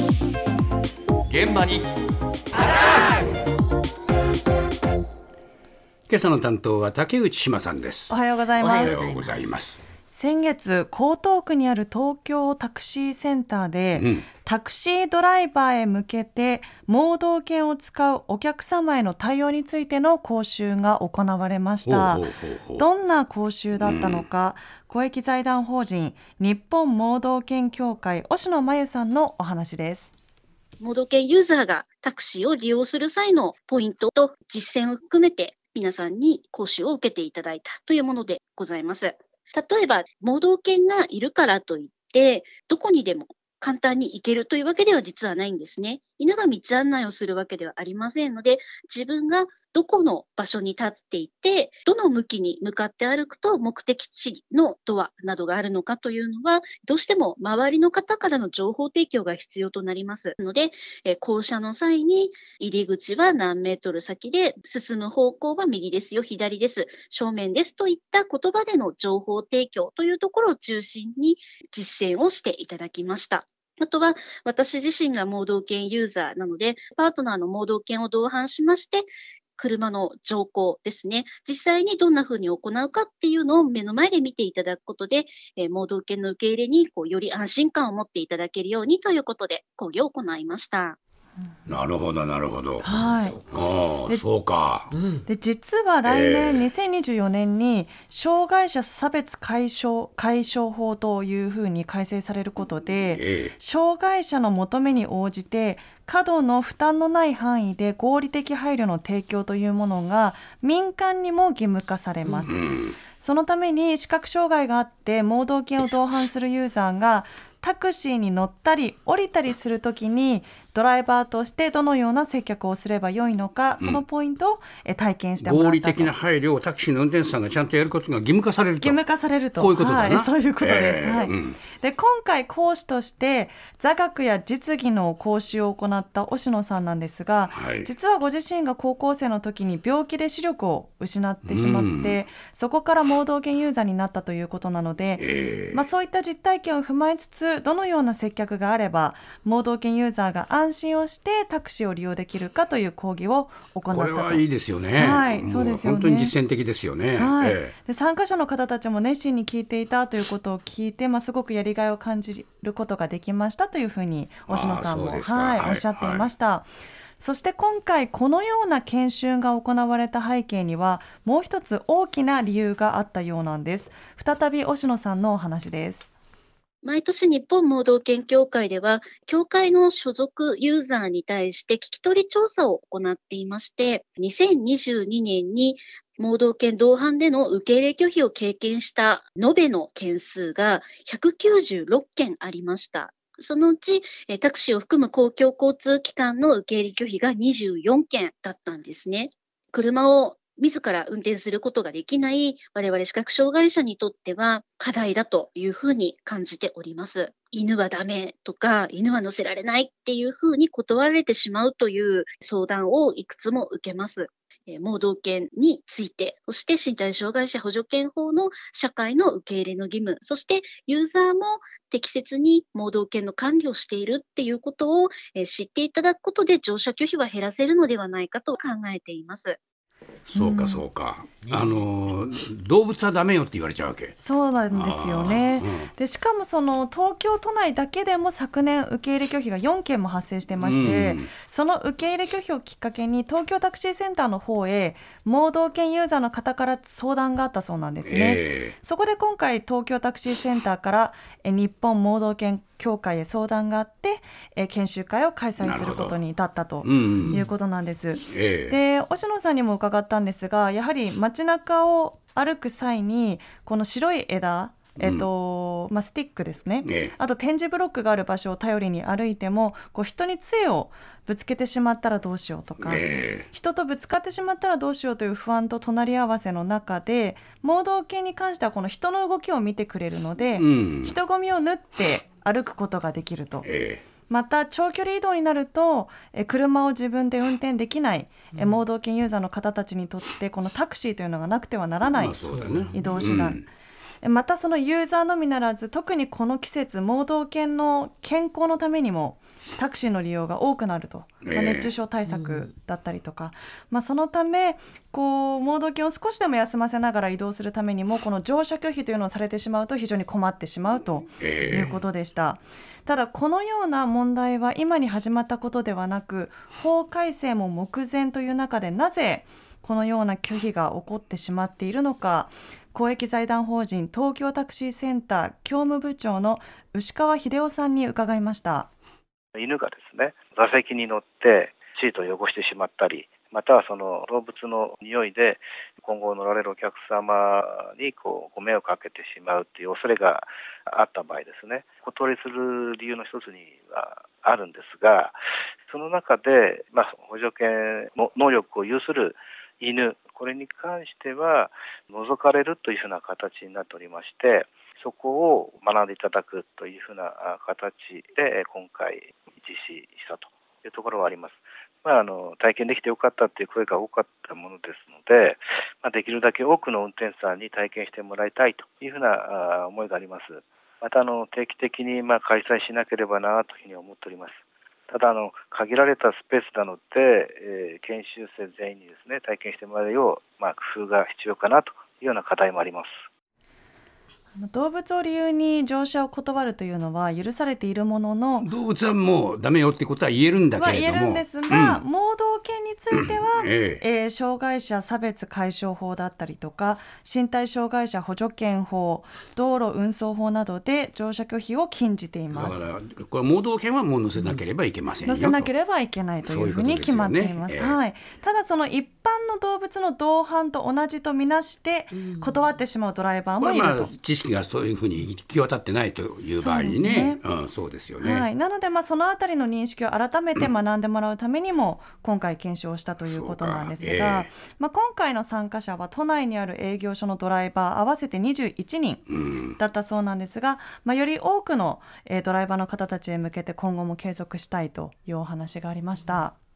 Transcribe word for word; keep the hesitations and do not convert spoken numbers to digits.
現場に今朝の担当は竹内志麻さんです。 おはようございます。 おはようございます。 先月、江東区にある東京タクシーセンターで、うん、タクシードライバーへ向けて盲導犬を使うお客様への対応についての講習が行われました。ほうほうほうほう。どんな講習だったのか、うん、公益財団法人日本盲導犬協会押野真由さんのお話です。 盲導犬ユーザーがタクシーを利用する際のポイントと実践を含めて皆さんに講習を受けていただいたというものでございます。例えば、盲導犬がいるからといって、どこにでも簡単に行けるというわけでは実はないんですね。犬が道案内をするわけではありませんので、自分がどこの場所に立っていて、どの向きに向かって歩くと目的地のドアなどがあるのかというのは、どうしても周りの方からの情報提供が必要となりますので、え降車の際に入り口は何メートル先で、進む方向は右ですよ、左です、正面ですといった言葉での情報提供というところを中心に実践をしていただきました。あとは、私自身が盲導犬ユーザーなので、パートナーの盲導犬を同伴しまして、車の乗降ですね、実際にどんな風に行うかっていうのを目の前で見ていただくことで、えー、盲導犬の受け入れにこうより安心感を持っていただけるようにということで講義を行いました。 なるほどなるほど、 はい、 あそうか、 うん、で実は来年にせんにじゅうよねんに障害者差別解消、解消法というふうに改正されることで、えー、障害者の求めに応じて過度の負担のない範囲で合理的配慮の提供というものが民間にも義務化されます、うん、そのために視覚障害があって盲導犬を同伴するユーザーがタクシーに乗ったり降りたりするときにドライバーとしてどのような接客をすればよいのか、そのポイントを体験してもらったと、 合理的な配慮をタクシーの運転手さんがちゃんとやることが義務化されると、 義務化されると、 こういうことだな、 はい、そういうことです、 えーはい、 うん、 で今回講師として座学や実技の講習を行った押野さんなんですが、はい、実はご自身が高校生の時に病気で視力を失ってしまって、うん、そこから盲導犬ユーザーになったということなので、えーまあ、そういった実体験を踏まえつつどのような接客があれば盲導犬ユーザーが安心をしてタクシーを利用できるかという講義を行ったと。 これはいいですよね、 はい、そうですよね、 本当に実践的ですよね、 はいええ、 で参加者の方たちも熱心に聞いていたということを聞いて、まあ、すごくやりがいを感じることができましたというふうに押野さんも、はいはい、おっしゃっていました、はい、そして今回このような研修が行われた背景にはもう一つ大きな理由があったようなんです。再び押野さんのお話です。 毎年日本盲導犬協会では、協会の所属ユーザーに対して聞き取り調査を行っていまして、にせんにじゅうにねんに盲導犬同伴での受け入れ拒否を経験した延べの件数がひゃくきゅうじゅうろっけんありました。そのうちタクシーを含む公共交通機関の受け入れ拒否がにじゅうよんけんだったんですね。車を自ら運転することができない我々視覚障害者にとっては課題だというふうに感じております。犬はダメとか犬は乗せられないっていうふうに断られてしまうという相談をいくつも受けます。盲導犬について、そして身体障害者補助犬法の社会の受け入れの義務、そしてユーザーも適切に盲導犬の管理をしているっていうことを知っていただくことで乗車拒否は減らせるのではないかと考えています。 そうかそうか、うん、あの動物はダメよって言われちゃうわけ。 そうなんですよね、うん、でしかもその東京都内だけでも昨年受け入れ拒否がよんけんも発生してまして、うん、その受け入れ拒否をきっかけに東京タクシーセンターの方へ盲導犬ユーザーの方から相談があったそうなんですね、えー、そこで今回東京タクシーセンターからえ日本盲導犬協会へ相談があってえ研修会を開催することに至ったということなんです、うんえー、で押野さんにも伺ったんですが、やはり街中を歩く際にこの白い枝、えっとまあ、スティックですね、えー、あと点字ブロックがある場所を頼りに歩いてもこう人に杖をぶつけてしまったらどうしようとか、えー、人とぶつかってしまったらどうしようという不安と隣り合わせの中で盲導犬に関してはこの人の動きを見てくれるので、うん、人混みを縫って歩くことができると、えーまた長距離移動になるとえ車を自分で運転できないえ盲導犬ユーザーの方たちにとってこのタクシーというのがなくてはならない移動手段、まあそうだね、うんまたそのユーザーのみならず、特にこの季節盲導犬の健康のためにもタクシーの利用が多くなると、まあ、熱中症対策だったりとか、えーまあ、そのためこう盲導犬を少しでも休ませながら移動するためにもこの乗車拒否というのをされてしまうと非常に困ってしまうということでした、えー、ただこのような問題は今に始まったことではなく、法改正も目前という中でなぜこのような拒否が起こってしまっているのか、公益財団法人東京タクシーセンター教務部長の牛川秀夫さんに伺いました。 犬がですね、座席に乗ってシートを汚してしまったり、またはその動物の匂いで今後乗られるお客様にこうご迷惑をかけてしまうという恐れがあった場合ですね、お断りする理由の一つにはあるんですが、その中で、まあ、補助犬の能力を有する犬、これに関しては除かれるというふうな形になっておりまして、そこを学んでいただくというふうな形で今回実施したというところはあります。まあ、あの体験できてよかったという声が多かったものですので、まあ、できるだけ多くの運転手さんに体験してもらいたいというふうな思いがあります。またあの定期的にまあ開催しなければなというふうに思っております。ただあの限られたスペースなので、えー、研修生全員にですね体験してもらえるよう、まあ、工夫が必要かなというような課題もあります。 動物を理由に乗車を断るというのは許されているものの、 動物はもうダメよってことは言えるんだけれども、 言えるんですが、うん、盲導犬については、 えええー、障害者差別解消法だったりとか身体障害者補助犬法、道路運送法などで乗車拒否を禁じています。 だからこれ盲導犬はもう乗せなければいけませんよ、うん、 乗せなければいけないというふうに決まっています。 そういうことですよね。 はい、ただその一般の動物の同伴と同じとみなして断ってしまうドライバーもいると、 これまあ知識がそういうふうに行き渡ってないという場合にね、そうですね、うん、そうですよね。 はい、なのでまあそのあたりの認識を改めて学んでもらうためにも今回検証したということなんですが、えーまあ、今回の参加者は都内にある営業所のドライバー合わせてにじゅういちにんだったそうなんですが、まあ、より多くの、えー、ドライバーの方たちへ向けて今後も継続したいというお話がありました。